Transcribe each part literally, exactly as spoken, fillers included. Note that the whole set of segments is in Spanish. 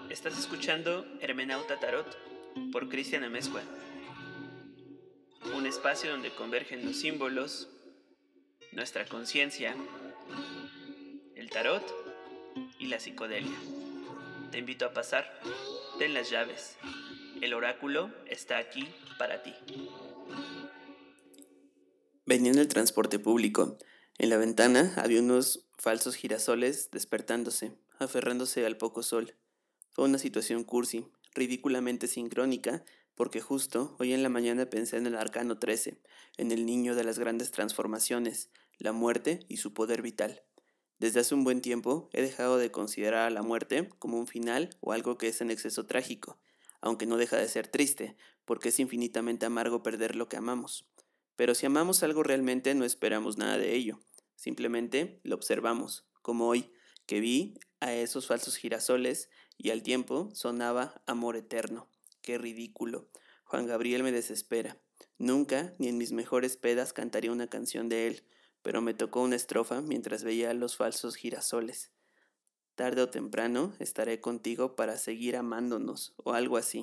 Estás escuchando Hermenauta Tarot por Cristian Amezcua, un espacio donde convergen los símbolos, nuestra conciencia, el tarot y la psicodelia. Te invito a pasar, ten las llaves, el oráculo está aquí para ti. Venía en el transporte público. En la ventana había unos falsos girasoles despertándose, aferrándose al poco sol. Fue una situación cursi, ridículamente sincrónica, porque justo hoy en la mañana pensé en el arcano trece, en el niño de las grandes transformaciones, la muerte y su poder vital. Desde hace un buen tiempo he dejado de considerar a la muerte como un final o algo que es en exceso trágico, aunque no deja de ser triste, porque es infinitamente amargo perder lo que amamos. Pero si amamos algo realmente no esperamos nada de ello, simplemente lo observamos, como hoy, que vi a esos falsos girasoles y al tiempo sonaba Amor Eterno. ¡Qué ridículo! Juan Gabriel me desespera. Nunca, ni en mis mejores pedas, cantaría una canción de él, pero me tocó una estrofa mientras veía los falsos girasoles. Tarde o temprano estaré contigo para seguir amándonos, o algo así.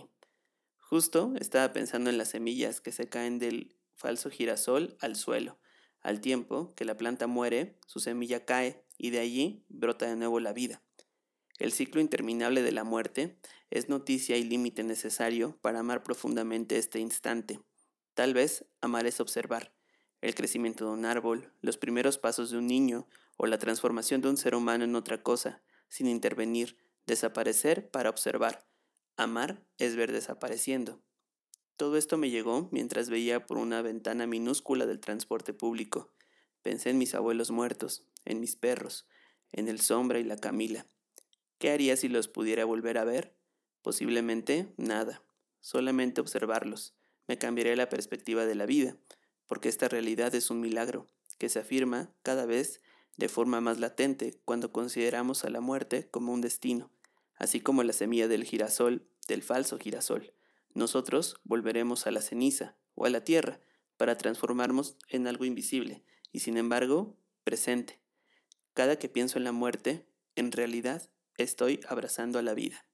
Justo estaba pensando en las semillas que se caen del falso girasol al suelo. Al tiempo que la planta muere, su semilla cae y de allí brota de nuevo la vida. El ciclo interminable de la muerte es noticia y límite necesario para amar profundamente este instante. Tal vez amar es observar el crecimiento de un árbol, los primeros pasos de un niño o la transformación de un ser humano en otra cosa, sin intervenir, desaparecer para observar. Amar es ver desapareciendo. Todo esto me llegó mientras veía por una ventana minúscula del transporte público. Pensé en mis abuelos muertos, en mis perros, en el Sombra y la Camila. ¿Qué haría si los pudiera volver a ver? Posiblemente nada, solamente observarlos. Me cambiaría la perspectiva de la vida, porque esta realidad es un milagro, que se afirma cada vez de forma más latente cuando consideramos a la muerte como un destino, así como la semilla del girasol, del falso girasol. Nosotros volveremos a la ceniza o a la tierra para transformarnos en algo invisible y sin embargo presente. Cada que pienso en la muerte, en realidad estoy abrazando a la vida.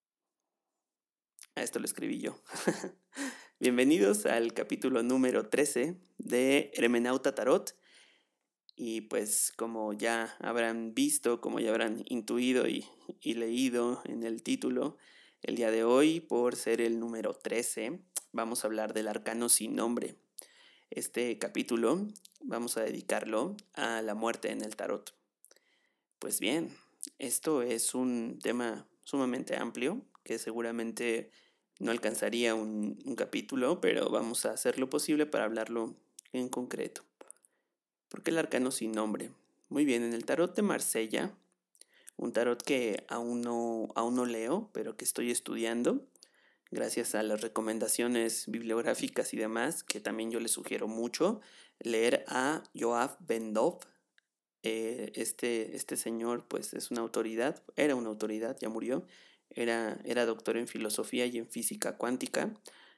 A esto lo escribí yo. Bienvenidos al capítulo número trece de Hermenauta Tarot. Y pues como ya habrán visto, como ya habrán intuido y, y leído en el título, el día de hoy, por ser el número trece, vamos a hablar del arcano sin nombre. Este capítulo vamos a dedicarlo a la muerte en el tarot. Pues bien, esto es un tema sumamente amplio que seguramente no alcanzaría un, un capítulo, pero vamos a hacer lo posible para hablarlo en concreto. ¿Por qué el arcano sin nombre? Muy bien, en el tarot de Marsella, un tarot que aún no, aún no leo, pero que estoy estudiando, gracias a las recomendaciones bibliográficas y demás, que también yo les sugiero mucho, leer a Yoav Ben-Dov. Eh, este, este señor pues es una autoridad, era una autoridad, ya murió, era, era doctor en filosofía y en física cuántica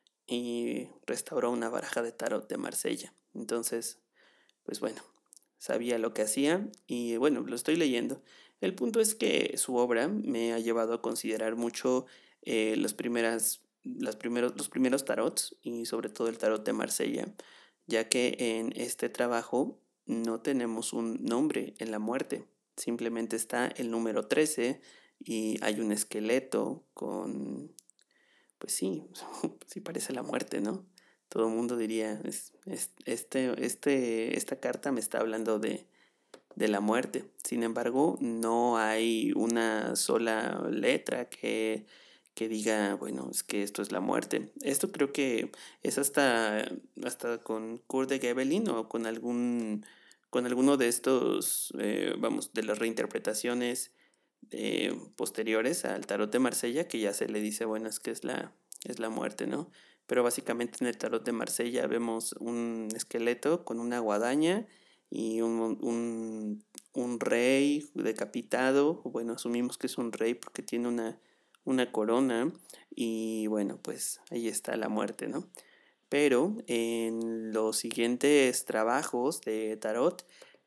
y restauró una baraja de tarot de Marsella. Entonces, pues bueno, sabía lo que hacía y bueno, lo estoy leyendo. El punto es que su obra me ha llevado a considerar mucho eh, las primeras, las primeros, los primeros tarots y sobre todo el tarot de Marsella, ya que en este trabajo no tenemos un nombre en la muerte, simplemente está el número trece y hay un esqueleto con, pues sí, sí parece la muerte, ¿no? Todo el mundo diría, es, es, este, este, esta carta me está hablando de, de la muerte. Sin embargo, no hay una sola letra que, que diga, bueno, es que esto es la muerte. Esto creo que es hasta, hasta con Kurt de Gebelin o con algún con alguno de estos, eh, vamos, de las reinterpretaciones eh, posteriores al tarot de Marsella, que ya se le dice, bueno, es que es la, es la muerte, ¿no? Pero básicamente en el tarot de Marsella vemos un esqueleto con una guadaña y un, un, un rey decapitado, bueno, asumimos que es un rey porque tiene una, una corona y bueno, pues ahí está la muerte, ¿no? Pero en los siguientes trabajos de tarot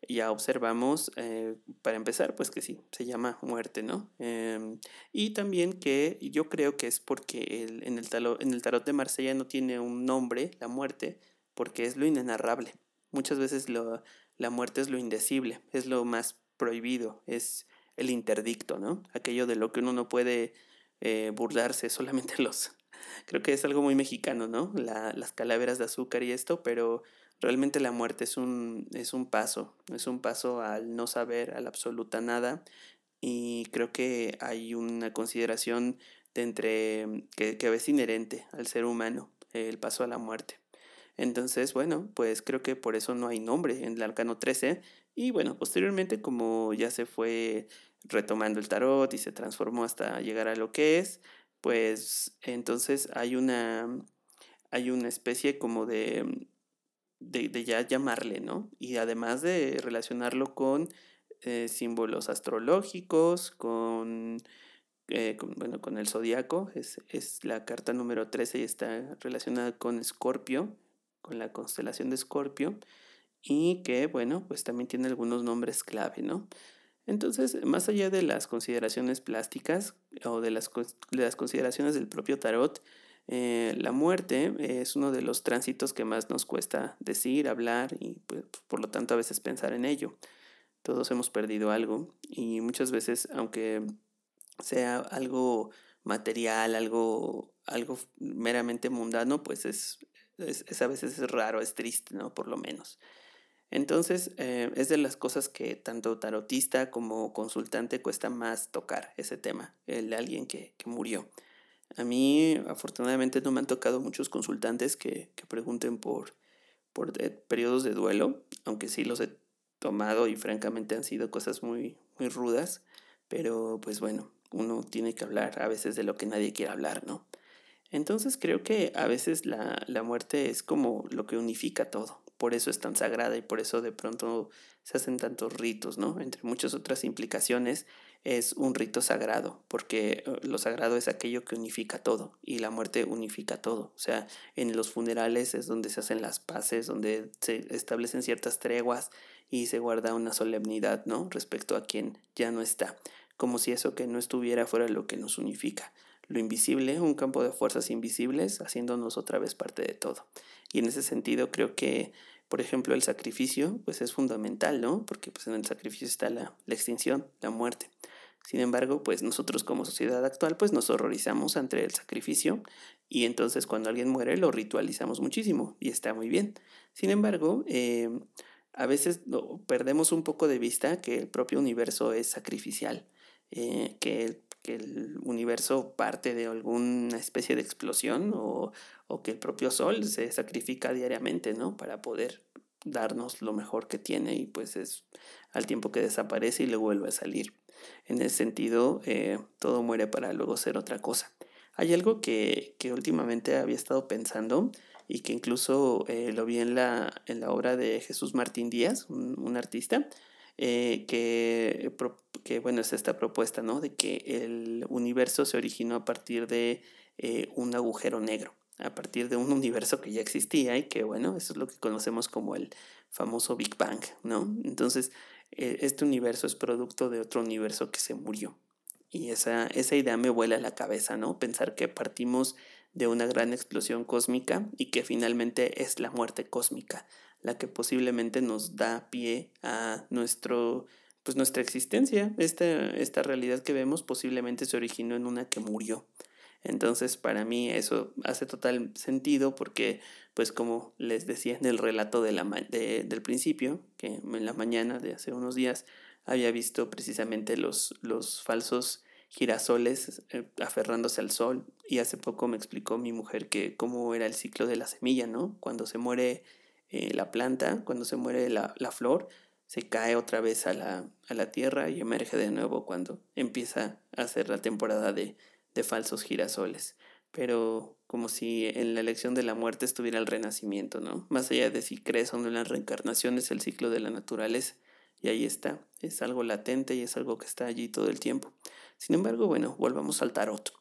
ya observamos, eh, para empezar, pues que sí, se llama muerte, ¿no? Em, y también que yo creo que es porque el- en, el talo- en el tarot de Marsella no tiene un nombre, la muerte, porque es lo inenarrable. Muchas veces lo- la muerte es lo indecible, es lo más prohibido, es el interdicto, ¿no? Aquello de lo que uno no puede eh, burlarse, solamente los... Creo que es algo muy mexicano, ¿no? La- las calaveras de azúcar y esto, pero realmente la muerte es un, es un paso, es un paso al no saber, a la absoluta nada, y creo que hay una consideración de entre que, que es inherente al ser humano, el paso a la muerte. Entonces, bueno, pues creo que por eso no hay nombre en el arcano trece. Y bueno, posteriormente, como ya se fue retomando el tarot y se transformó hasta llegar a lo que es, pues entonces hay una, hay una especie como de, de, de ya llamarle, ¿no? Y además de relacionarlo con eh, símbolos astrológicos, con, eh, con, bueno, con el zodiaco, es, es la carta número trece y está relacionada con Escorpio, con la constelación de Escorpio, y que, bueno, pues también tiene algunos nombres clave, ¿no? Entonces, más allá de las consideraciones plásticas o de las, de las consideraciones del propio tarot, eh, la muerte es uno de los tránsitos que más nos cuesta decir, hablar y pues, por lo tanto a veces pensar en ello. Todos hemos perdido algo y muchas veces, aunque sea algo material, algo, algo meramente mundano, pues es, es, es a veces es raro, es triste, ¿no? Por lo menos. Entonces, eh, es de las cosas que tanto tarotista como consultante cuesta más tocar ese tema, el de alguien que, que murió. A mí, afortunadamente, no me han tocado muchos consultantes que, que pregunten por, por de- periodos de duelo, aunque sí los he tomado y francamente han sido cosas muy, muy rudas, pero pues bueno, uno tiene que hablar a veces de lo que nadie quiere hablar, ¿no? Entonces creo que a veces la, la muerte es como lo que unifica todo. Por eso es tan sagrada y por eso de pronto se hacen tantos ritos, ¿no? Entre muchas otras implicaciones es un rito sagrado, porque eh, lo sagrado es aquello que unifica todo y la muerte unifica todo. O sea, en los funerales es donde se hacen las paces, donde se establecen ciertas treguas y se guarda una solemnidad, ¿no? Respecto a quien ya no está, como si eso que no estuviera fuera lo que nos unifica lo invisible, un campo de fuerzas invisibles, haciéndonos otra vez parte de todo. Y en ese sentido creo que, por ejemplo, el sacrificio, pues es fundamental, ¿no? Porque pues en el sacrificio está la, la extinción, la muerte. Sin embargo, pues nosotros como sociedad actual, pues nos horrorizamos ante el sacrificio y entonces cuando alguien muere lo ritualizamos muchísimo y está muy bien. Sin embargo, eh, a veces no, perdemos un poco de vista que el propio universo es sacrificial, eh, que el que el universo parte de alguna especie de explosión o, o que el propio sol se sacrifica diariamente, ¿no? Para poder darnos lo mejor que tiene y pues es al tiempo que desaparece y luego vuelve a salir. En ese sentido, eh, todo muere para luego ser otra cosa. Hay algo que, que últimamente había estado pensando y que incluso eh, lo vi en la, en la obra de Jesús Martín Díaz, un, un artista, eh, que, que, bueno, es esta propuesta, ¿no? De que el universo se originó a partir de eh, un agujero negro, a partir de un universo que ya existía y que, bueno, eso es lo que conocemos como el famoso Big Bang, ¿no? Entonces, eh, este universo es producto de otro universo que se murió. Y esa, esa idea me vuela a la cabeza, ¿no? Pensar que partimos de una gran explosión cósmica y que finalmente es la muerte cósmica la que posiblemente nos da pie a nuestro, pues nuestra existencia. Esta, esta realidad que vemos posiblemente se originó en una que murió. Entonces, para mí eso hace total sentido porque, pues como les decía en el relato de la de, del principio, que en la mañana de hace unos días había visto precisamente los, los falsos girasoles eh, aferrándose al sol y hace poco me explicó mi mujer que cómo era el ciclo de la semilla, ¿no? Cuando se muere eh, la planta, cuando se muere la, la flor, se cae otra vez a la, a la tierra y emerge de nuevo cuando empieza a ser la temporada de de falsos girasoles, pero como si en la elección de la muerte estuviera el renacimiento, ¿no? Más allá de si crees o no en la reencarnación, es el ciclo de la naturaleza, y ahí está, es algo latente y es algo que está allí todo el tiempo. Sin embargo, bueno, volvamos al tarot.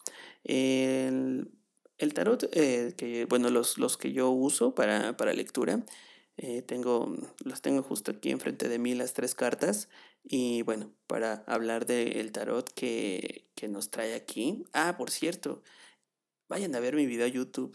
El, el tarot, eh, que, bueno, los, los que yo uso para, para lectura, Eh, tengo, los tengo justo aquí enfrente de mí las tres cartas. Y bueno, para hablar del tarot que, que nos trae aquí. Ah, por cierto, vayan a ver mi video a YouTube.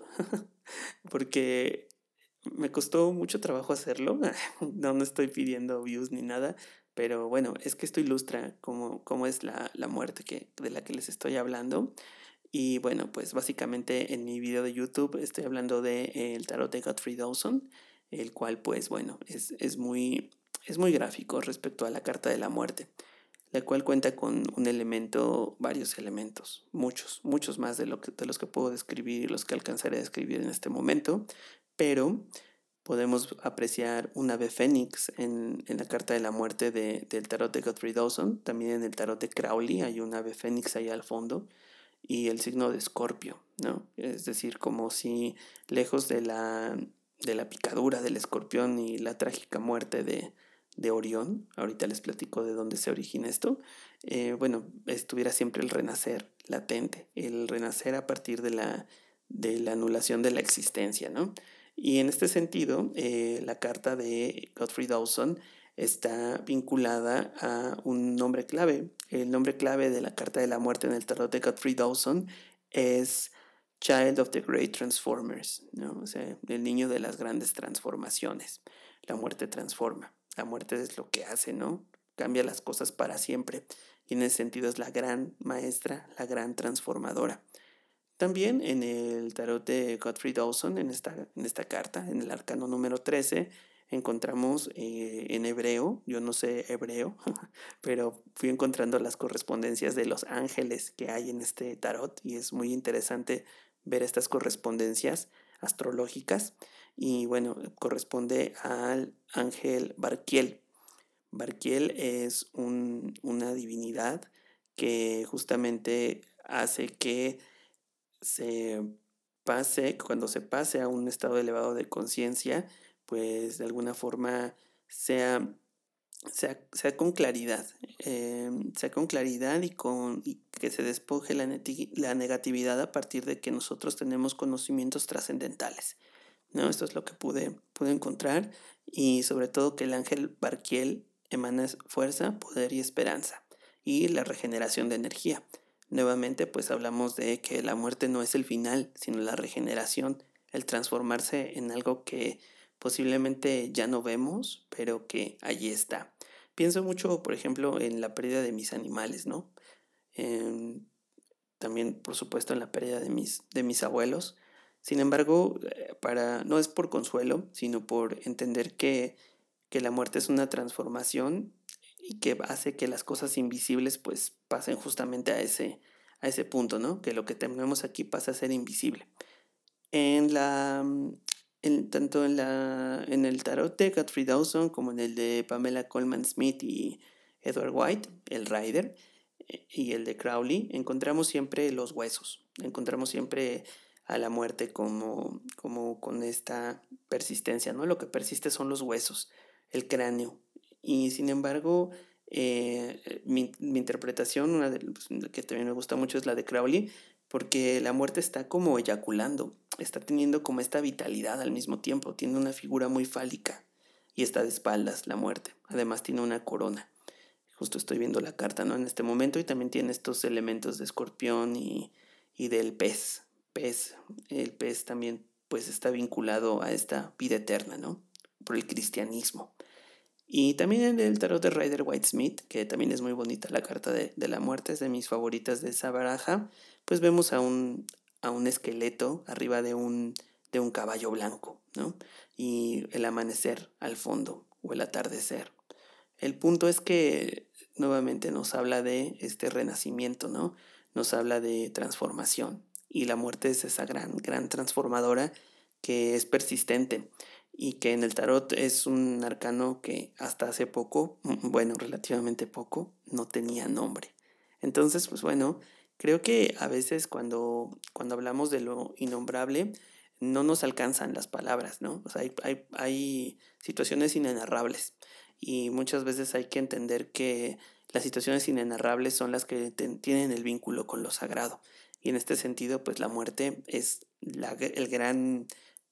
Porque me costó mucho trabajo hacerlo. No, no estoy pidiendo views ni nada. Pero bueno, es que esto ilustra cómo, cómo es la, la muerte que, de la que les estoy hablando. Y bueno, pues básicamente en mi video de YouTube estoy hablando del de, eh, tarot de Godfrey Dawson, el cual pues bueno, es, es, muy, es muy gráfico respecto a la carta de la muerte, la cual cuenta con un elemento, varios elementos, muchos, muchos más de, lo que, de los que puedo describir y los que alcanzaré a describir en este momento, pero podemos apreciar un ave fénix en, en la carta de la muerte de, del tarot de Godfrey Dawson, también en el tarot de Crowley hay un ave fénix ahí al fondo, y el signo de Escorpio, ¿no? Es decir, como si lejos de la, de la picadura del escorpión y la trágica muerte de, de Orión, ahorita les platico de dónde se origina esto, eh, bueno, estuviera siempre el renacer latente, el renacer a partir de la, de la anulación de la existencia, ¿no? Y en este sentido, eh, la carta de Godfrey Dawson está vinculada a un nombre clave. El nombre clave de la carta de la muerte en el tarot de Godfrey Dawson es Child of the Great Transformers, ¿no? O sea, el niño de las grandes transformaciones. La muerte transforma. La muerte es lo que hace, ¿no? Cambia las cosas para siempre. Y en ese sentido es la gran maestra, la gran transformadora. También en el tarot de Godfrey Dawson, en esta, en esta carta, en el arcano número trece, encontramos eh, en hebreo, yo no sé hebreo, pero fui encontrando las correspondencias de los ángeles que hay en este tarot y es muy interesante ver estas correspondencias astrológicas. Y bueno, corresponde al ángel Barquiel. Barquiel es un, una divinidad que justamente hace que se pase, cuando se pase a un estado elevado de conciencia, pues de alguna forma sea, sea, sea con claridad, eh, sea con claridad y, con, y que se despoje la, neti, la negatividad a partir de que nosotros tenemos conocimientos trascendentales, ¿no? Esto es lo que pude, pude encontrar y sobre todo que el ángel Barquiel emana fuerza, poder y esperanza y la regeneración de energía. Nuevamente pues hablamos de que la muerte no es el final, sino la regeneración, el transformarse en algo que posiblemente ya no vemos, pero que allí está. Pienso mucho, por ejemplo, en la pérdida de mis animales, ¿no? Eh, también, por supuesto, en la pérdida de mis, de mis abuelos. Sin embargo, para, no es por consuelo, sino por entender que, que la muerte es una transformación y que hace que las cosas invisibles pues pasen justamente a ese, a ese punto, ¿no? Que lo que tenemos aquí pasa a ser invisible. En la, en, tanto en, la, en el tarot de Godfrey Dawson como en el de Pamela Coleman Smith y Edward White, el Rider, y el de Crowley, encontramos siempre los huesos, encontramos siempre a la muerte como, como con esta persistencia, ¿no? Lo que persiste son los huesos, el cráneo. Y sin embargo, eh, mi, mi interpretación, una de, pues, que también me gusta mucho, es la de Crowley, porque la muerte está como eyaculando, está teniendo como esta vitalidad al mismo tiempo, tiene una figura muy fálica y está de espaldas la muerte, además tiene una corona. Justo estoy viendo la carta, ¿no? En este momento y también tiene estos elementos de escorpión y, y del pez, pez, el pez también pues está vinculado a esta vida eterna, ¿no? Por el cristianismo. Y también en el tarot de Rider White Smith, que también es muy bonita la carta de, de la muerte, es de mis favoritas de esa baraja, pues vemos a un, a un esqueleto arriba de un, de un caballo blanco, ¿no? Y el amanecer al fondo, o el atardecer. El punto es que nuevamente nos habla de este renacimiento, ¿no? Nos habla de transformación. Y la muerte es esa gran, gran transformadora que es persistente y que en el tarot es un arcano que hasta hace poco, bueno, relativamente poco, no tenía nombre. Entonces, pues bueno, creo que a veces cuando, cuando hablamos de lo innombrable, no nos alcanzan las palabras, ¿no? O sea, hay, hay, hay situaciones inenarrables y muchas veces hay que entender que las situaciones inenarrables son las que ten, tienen el vínculo con lo sagrado. Y en este sentido, pues la muerte es la, el gran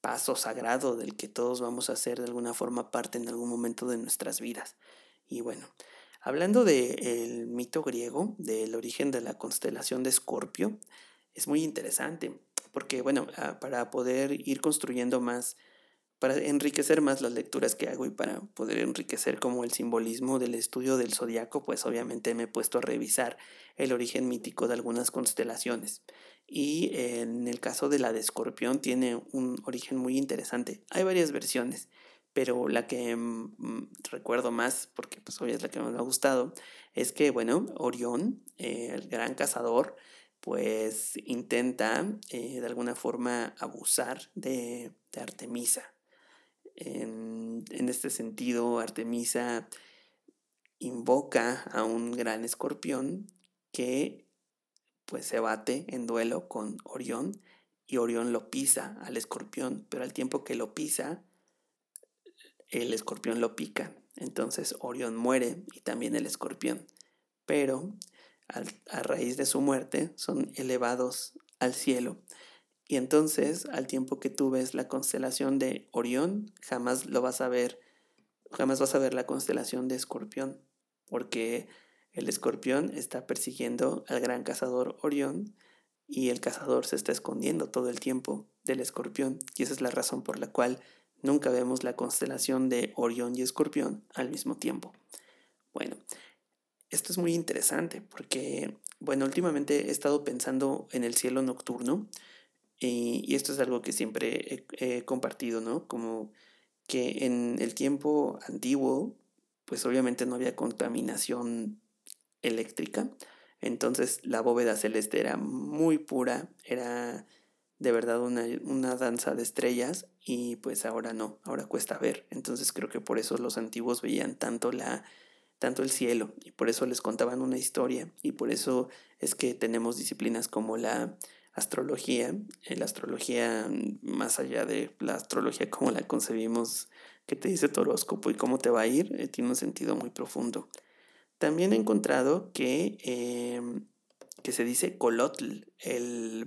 paso sagrado del que todos vamos a hacer de alguna forma parte en algún momento de nuestras vidas. Y bueno, hablando del mito griego, del origen de la constelación de Escorpio, es muy interesante, porque bueno, ah, para poder ir construyendo más, para enriquecer más las lecturas que hago y para poder enriquecer como el simbolismo del estudio del zodiaco, pues obviamente me he puesto a revisar el origen mítico de algunas constelaciones. Y en el caso de la de Escorpión tiene un origen muy interesante. Hay varias versiones, pero la que mm, recuerdo más, porque pues hoy es la que más me ha gustado, es que bueno, Orión, eh, el gran cazador, pues intenta eh, de alguna forma abusar de, de Artemisa. En, en este sentido, Artemisa invoca a un gran escorpión que pues se bate en duelo con Orión y Orión lo pisa al escorpión, pero al tiempo que lo pisa, el escorpión lo pica. Entonces Orión muere y también el escorpión, pero al, a raíz de su muerte son elevados al cielo. Y entonces, al tiempo que tú ves la constelación de Orión, jamás lo vas a ver, jamás vas a ver la constelación de Escorpión, porque el escorpión está persiguiendo al gran cazador Orión y el cazador se está escondiendo todo el tiempo del escorpión. Y esa es la razón por la cual nunca vemos la constelación de Orión y Escorpión al mismo tiempo. Bueno, esto es muy interesante porque, bueno, últimamente he estado pensando en el cielo nocturno y, y esto es algo que siempre he, he compartido, ¿no? Como que en el tiempo antiguo, pues obviamente no había contaminación eléctrica, entonces la bóveda celeste era muy pura, era de verdad una, una danza de estrellas y pues ahora no, ahora cuesta ver, entonces creo que por eso los antiguos veían tanto la tanto el cielo y por eso les contaban una historia y por eso es que tenemos disciplinas como la astrología, eh, la astrología mm, más allá de la astrología como la concebimos, que te dice tu horóscopo y cómo te va a ir, eh, tiene un sentido muy profundo. También he encontrado que, eh, que se dice colotl, el,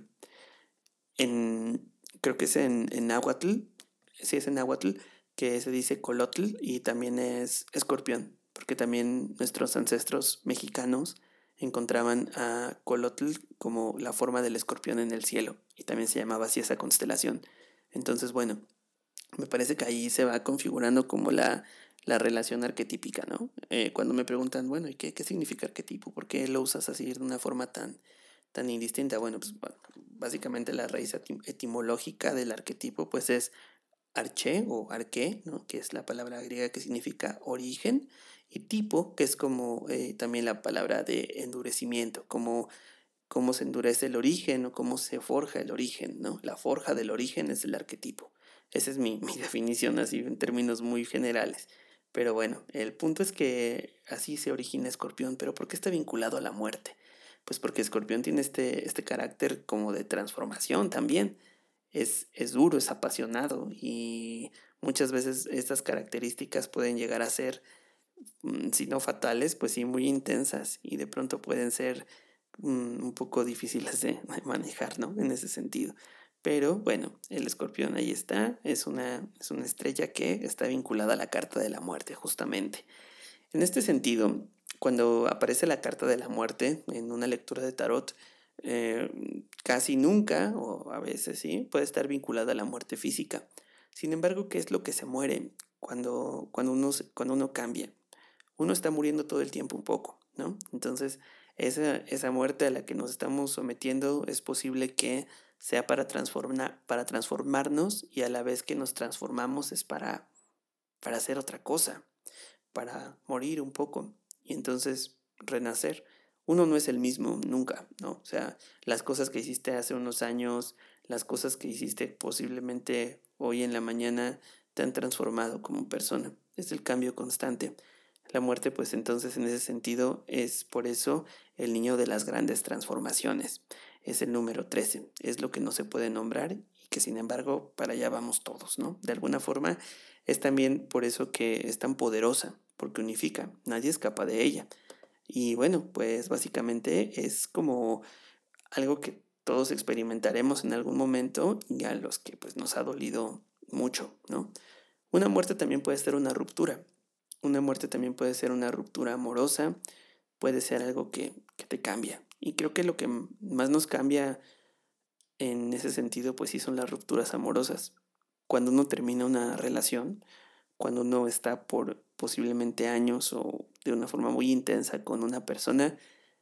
en, creo que es en, en náhuatl, sí es en náhuatl, que se dice colotl y también es escorpión, porque también nuestros ancestros mexicanos encontraban a colotl como la forma del escorpión en el cielo y también se llamaba así esa constelación. Entonces, bueno, me parece que ahí se va configurando como la, la relación arquetípica, ¿no? Eh, cuando me preguntan, bueno, ¿y qué, qué significa arquetipo? ¿Por qué lo usas así de una forma tan, tan indistinta? Bueno, pues bueno, básicamente la raíz etimológica del arquetipo pues es arché o arqué, ¿no? Que es la palabra griega que significa origen, y tipo, que es como eh, también la palabra de endurecimiento, como cómo se endurece el origen o cómo se forja el origen, ¿no? La forja del origen es el arquetipo. Esa es mi, mi definición así en términos muy generales. Pero bueno, el punto es que así se origina Escorpión, pero ¿por qué está vinculado a la muerte? Pues porque Escorpión tiene este, este carácter como de transformación también. Es, es duro, es apasionado y muchas veces estas características pueden llegar a ser, mm, si no fatales, pues sí muy intensas y de pronto pueden ser mm, un poco difíciles de manejar, ¿no? En ese sentido. Pero bueno, el escorpión ahí está, es una, es una estrella que está vinculada a la carta de la muerte, justamente. En este sentido, cuando aparece la carta de la muerte en una lectura de tarot, eh, casi nunca, o a veces sí, puede estar vinculada a la muerte física. Sin embargo, ¿qué es lo que se muere cuando, cuando, uno, cuando uno cambia? Uno está muriendo todo el tiempo un poco, ¿no? Entonces, esa, esa muerte a la que nos estamos sometiendo es posible que sea para, transformar, para transformarnos y a la vez que nos transformamos es para, para hacer otra cosa, para morir un poco y entonces renacer. Uno no es el mismo nunca, ¿no? O sea, las cosas que hiciste hace unos años, las cosas que hiciste posiblemente hoy en la mañana te han transformado como persona. Es el cambio constante. La muerte, pues entonces en ese sentido es por eso el niño de las grandes transformaciones. Es el número trece, es lo que no se puede nombrar y que sin embargo para allá vamos todos, ¿no? De alguna forma es también por eso que es tan poderosa, porque unifica, nadie escapa de ella. Y bueno, pues básicamente es como algo que todos experimentaremos en algún momento y a los que pues nos ha dolido mucho, ¿no? Una muerte también puede ser una ruptura. Una muerte también puede ser una ruptura amorosa, puede ser algo que, que te cambia. Y creo que lo que más nos cambia en ese sentido, pues sí son las rupturas amorosas. Cuando uno termina una relación, cuando uno está por posiblemente años o de una forma muy intensa con una persona,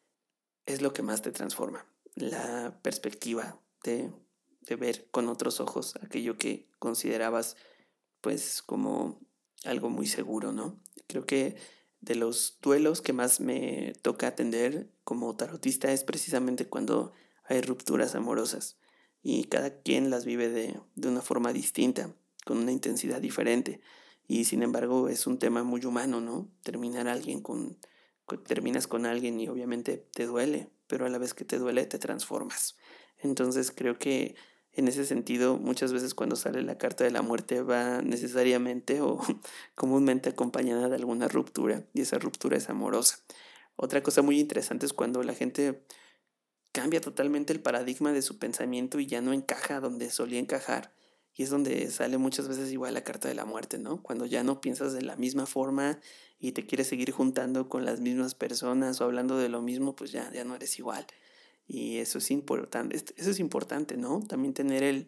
es lo que más te transforma. La perspectiva de, de ver con otros ojos aquello que considerabas pues como algo muy seguro, ¿no? Creo que de los duelos que más me toca atender como tarotista es precisamente cuando hay rupturas amorosas y cada quien las vive de, de una forma distinta, con una intensidad diferente y sin embargo es un tema muy humano, ¿no? Terminar a alguien con, con- terminas con alguien y obviamente te duele, pero a la vez que te duele te transformas. Entonces creo que en ese sentido, muchas veces cuando sale la carta de la muerte va necesariamente o comúnmente acompañada de alguna ruptura y esa ruptura es amorosa. Otra cosa muy interesante es cuando la gente cambia totalmente el paradigma de su pensamiento y ya no encaja donde solía encajar. Y es donde sale muchas veces igual la carta de la muerte, ¿no? Cuando ya no piensas de la misma forma y te quieres seguir juntando con las mismas personas o hablando de lo mismo, pues ya, ya no eres igual. Y eso es importante, eso es importante, ¿no? También tener el,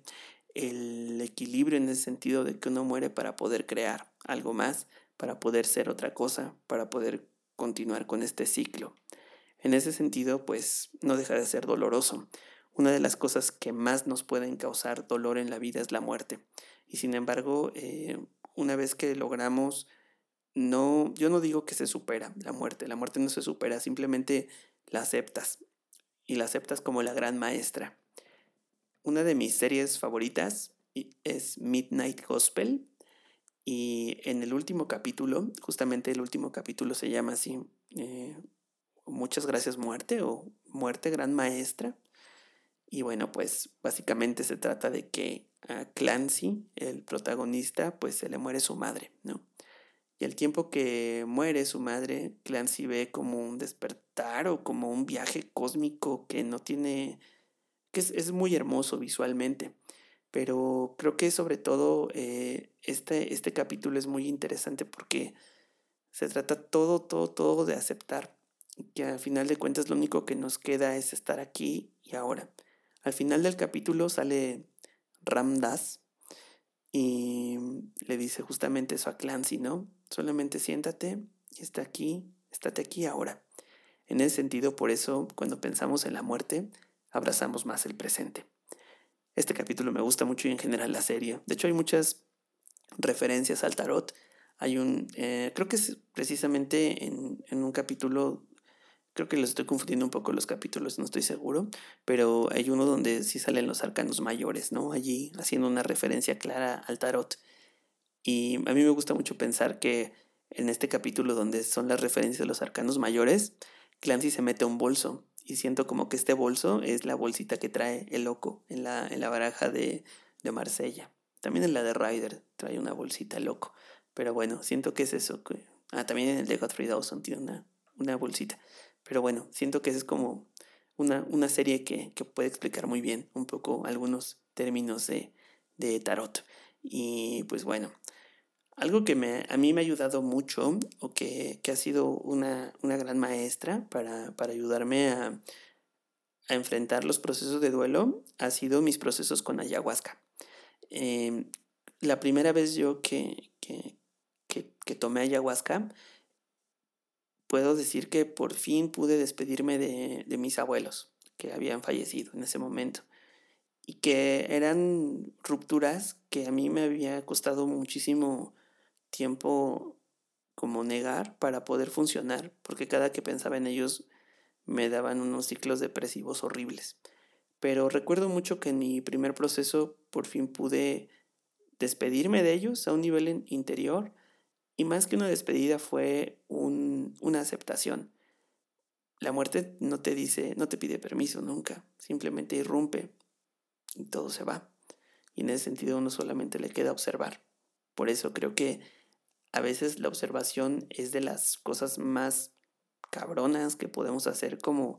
el equilibrio en el sentido de que uno muere para poder crear algo más, para poder ser otra cosa, para poder continuar con este ciclo. En ese sentido, pues no deja de ser doloroso. Una de las cosas que más nos pueden causar dolor en la vida es la muerte. Y sin embargo, eh, una vez que logramos, no, yo no digo que se supera la muerte, la muerte no se supera, simplemente la aceptas y la aceptas como la gran maestra. Una de mis series favoritas es Midnight Gospel y en el último capítulo, justamente el último capítulo se llama así, eh, Muchas gracias muerte o Muerte gran maestra. Y bueno, pues básicamente se trata de que a Clancy, el protagonista, pues se le muere su madre, ¿no? Y al tiempo que muere su madre, Clancy ve como un despertar o como un viaje cósmico que no tiene, que es, es muy hermoso visualmente. Pero creo que sobre todo eh, este, este capítulo es muy interesante porque se trata todo, todo, todo de aceptar. Que al final de cuentas lo único que nos queda es estar aquí y ahora. Al final del capítulo sale Ram Dass y le dice justamente eso a Clancy, ¿no? Solamente siéntate y está aquí, estate aquí ahora. En ese sentido, por eso, cuando pensamos en la muerte, abrazamos más el presente. Este capítulo me gusta mucho y en general la serie. De hecho, hay muchas referencias al tarot. Hay un, eh, creo que es precisamente en, en un capítulo, creo que los estoy confundiendo un poco los capítulos, no estoy seguro, pero hay uno donde sí salen los arcanos mayores, ¿no? Allí haciendo una referencia clara al tarot. Y a mí me gusta mucho pensar que en este capítulo donde son las referencias de los arcanos mayores, Clancy se mete a un bolso y siento como que este bolso es la bolsita que trae el loco en la, en la baraja de, de Marsella. También en la de Ryder trae una bolsita loco. Pero bueno, siento que es eso. Que... Ah, también en el de Godfrey Dawson tiene una, una bolsita. Pero bueno, siento que es como una, una serie que, que puede explicar muy bien un poco algunos términos de, de tarot. Y pues bueno, algo que me, a mí me ha ayudado mucho o que, que ha sido una, una gran maestra para, para ayudarme a, a enfrentar los procesos de duelo ha sido mis procesos con ayahuasca. Eh, la primera vez yo que, que, que, que tomé ayahuasca, puedo decir que por fin pude despedirme de, de mis abuelos que habían fallecido en ese momento y que eran rupturas que a mí me había costado muchísimo tiempo como negar para poder funcionar, porque cada que pensaba en ellos me daban unos ciclos depresivos horribles. Pero recuerdo mucho que en mi primer proceso por fin pude despedirme de ellos a un nivel interior y más que una despedida fue un, una aceptación. La muerte no te dice, no te pide permiso nunca, simplemente irrumpe y todo se va. Y en ese sentido uno solamente le queda observar. Por eso creo que a veces la observación es de las cosas más cabronas que podemos hacer como,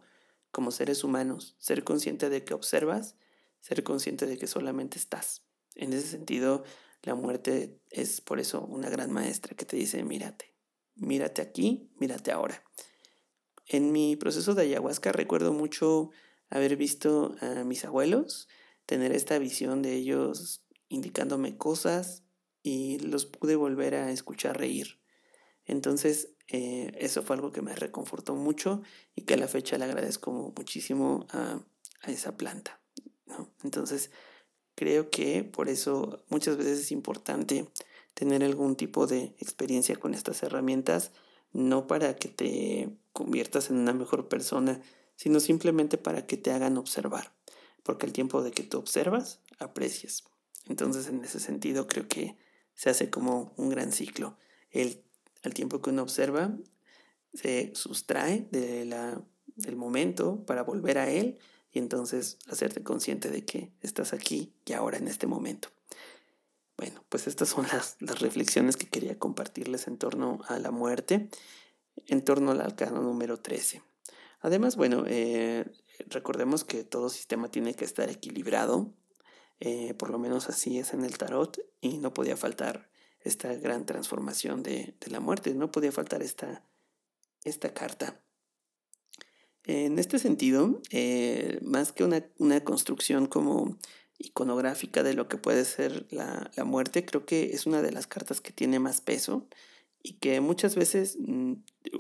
como seres humanos, ser consciente de que observas, ser consciente de que solamente estás. En ese sentido, la muerte es por eso una gran maestra que te dice, mírate, mírate aquí, mírate ahora. En mi proceso de ayahuasca recuerdo mucho haber visto a mis abuelos, tener esta visión de ellos indicándome cosas y los pude volver a escuchar reír. Entonces, eh, eso fue algo que me reconfortó mucho y que a la fecha le agradezco muchísimo a, a esa planta, ¿no? Entonces, creo que por eso muchas veces es importante tener algún tipo de experiencia con estas herramientas, no para que te conviertas en una mejor persona, sino simplemente para que te hagan observar, porque el tiempo de que tú observas, aprecias. Entonces, en ese sentido, creo que se hace como un gran ciclo. El, al tiempo que uno observa, se sustrae de la, del momento para volver a él y entonces hacerte consciente de que estás aquí y ahora en este momento. Bueno, pues estas son las, las reflexiones que quería compartirles en torno a la muerte, en torno al arcano número trece. Además, bueno, eh, recordemos que todo sistema tiene que estar equilibrado, eh, por lo menos así es en el tarot, y no podía faltar esta gran transformación de, de la muerte, no podía faltar esta, esta carta. En este sentido, eh, más que una, una construcción como iconográfica de lo que puede ser la, la muerte, creo que es una de las cartas que tiene más peso y que muchas veces, mm,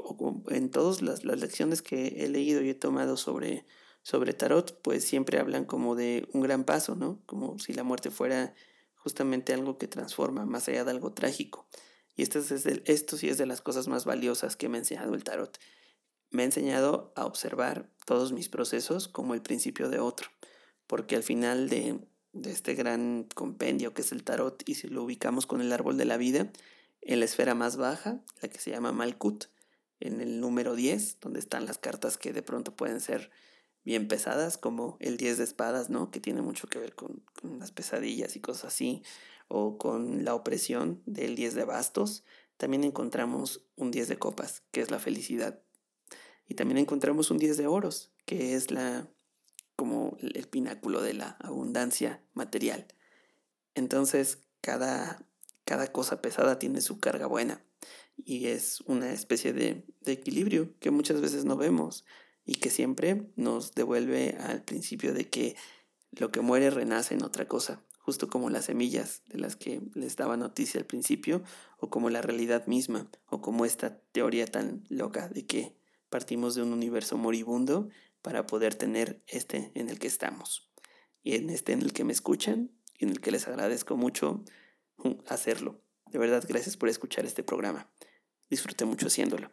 en todas las, las lecciones que he leído y he tomado sobre, sobre tarot, pues siempre hablan como de un gran paso, ¿no? Como si la muerte fuera justamente algo que transforma, más allá de algo trágico. Y esto, es de, esto sí es de las cosas más valiosas que me ha enseñado el tarot. Me ha enseñado a observar todos mis procesos como el principio de otro, porque al final de, de este gran compendio que es el tarot, y si lo ubicamos con el árbol de la vida, en la esfera más baja, la que se llama Malkut, en el número diez, donde están las cartas que de pronto pueden ser bien pesadas, como el diez de espadas, ¿no? Que tiene mucho que ver con, con las pesadillas y cosas así, o con la opresión del diez de bastos. También encontramos un diez de copas, que es la felicidad. Y también encontramos un diez de oros, que es la, como el pináculo de la abundancia material. Entonces, cada, cada cosa pesada tiene su carga buena y es una especie de, de equilibrio que muchas veces no vemos y que siempre nos devuelve al principio de que lo que muere renace en otra cosa, justo como las semillas de las que les daba noticia al principio, o como la realidad misma, o como esta teoría tan loca de que partimos de un universo moribundo para poder tener este en el que estamos, y en este en el que me escuchan, y en el que les agradezco mucho hacerlo. De verdad, gracias por escuchar este programa. Disfruté mucho haciéndolo.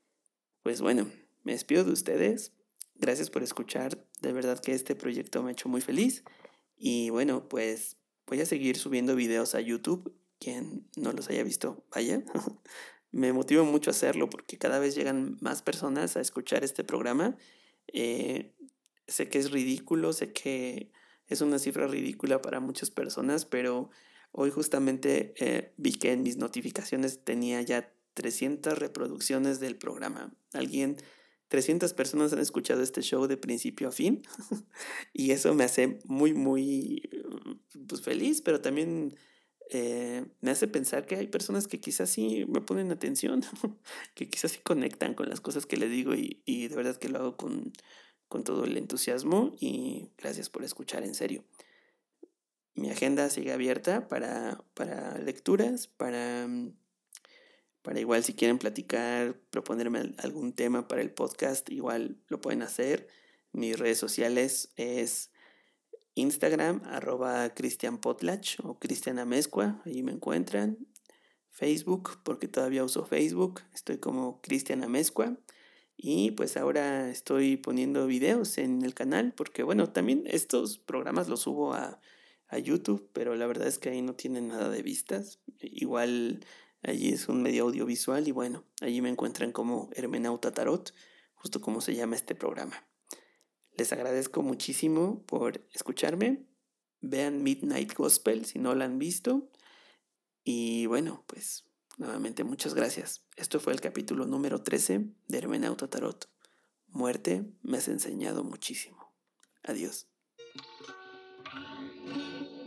Pues bueno, me despido de ustedes. Gracias por escuchar. De verdad que este proyecto me ha hecho muy feliz. Y bueno, pues voy a seguir subiendo videos a YouTube. Quien no los haya visto, vaya. Me motiva mucho hacerlo porque cada vez llegan más personas a escuchar este programa. Eh, sé que es ridículo, sé que es una cifra ridícula para muchas personas, pero hoy justamente eh, vi que en mis notificaciones tenía ya trescientas reproducciones del programa. Alguien, trescientas personas han escuchado este show de principio a fin y eso me hace muy, muy pues, feliz, pero también eh, me hace pensar que hay personas que quizás sí me ponen atención, que quizás sí conectan con las cosas que les digo y, y de verdad que lo hago con, con todo el entusiasmo y gracias por escuchar, en serio. Mi agenda sigue abierta para, para lecturas, para, para igual si quieren platicar, proponerme algún tema para el podcast, igual lo pueden hacer. Mis redes sociales es Instagram, arroba Cristian Potlach o Cristian Amezcua, ahí me encuentran. Facebook, porque todavía uso Facebook, estoy como Cristian Amezcua. Y pues ahora estoy poniendo videos en el canal, porque bueno, también estos programas los subo a, a YouTube, pero la verdad es que ahí no tienen nada de vistas. Igual allí es un medio audiovisual y bueno, allí me encuentran como Hermenauta Tarot, justo como se llama este programa. Les agradezco muchísimo por escucharme. Vean Midnight Gospel si no la han visto. Y bueno, pues nuevamente muchas gracias. Esto fue el capítulo número trece de Hermenauta Tarot. Muerte, me has enseñado muchísimo. Adiós.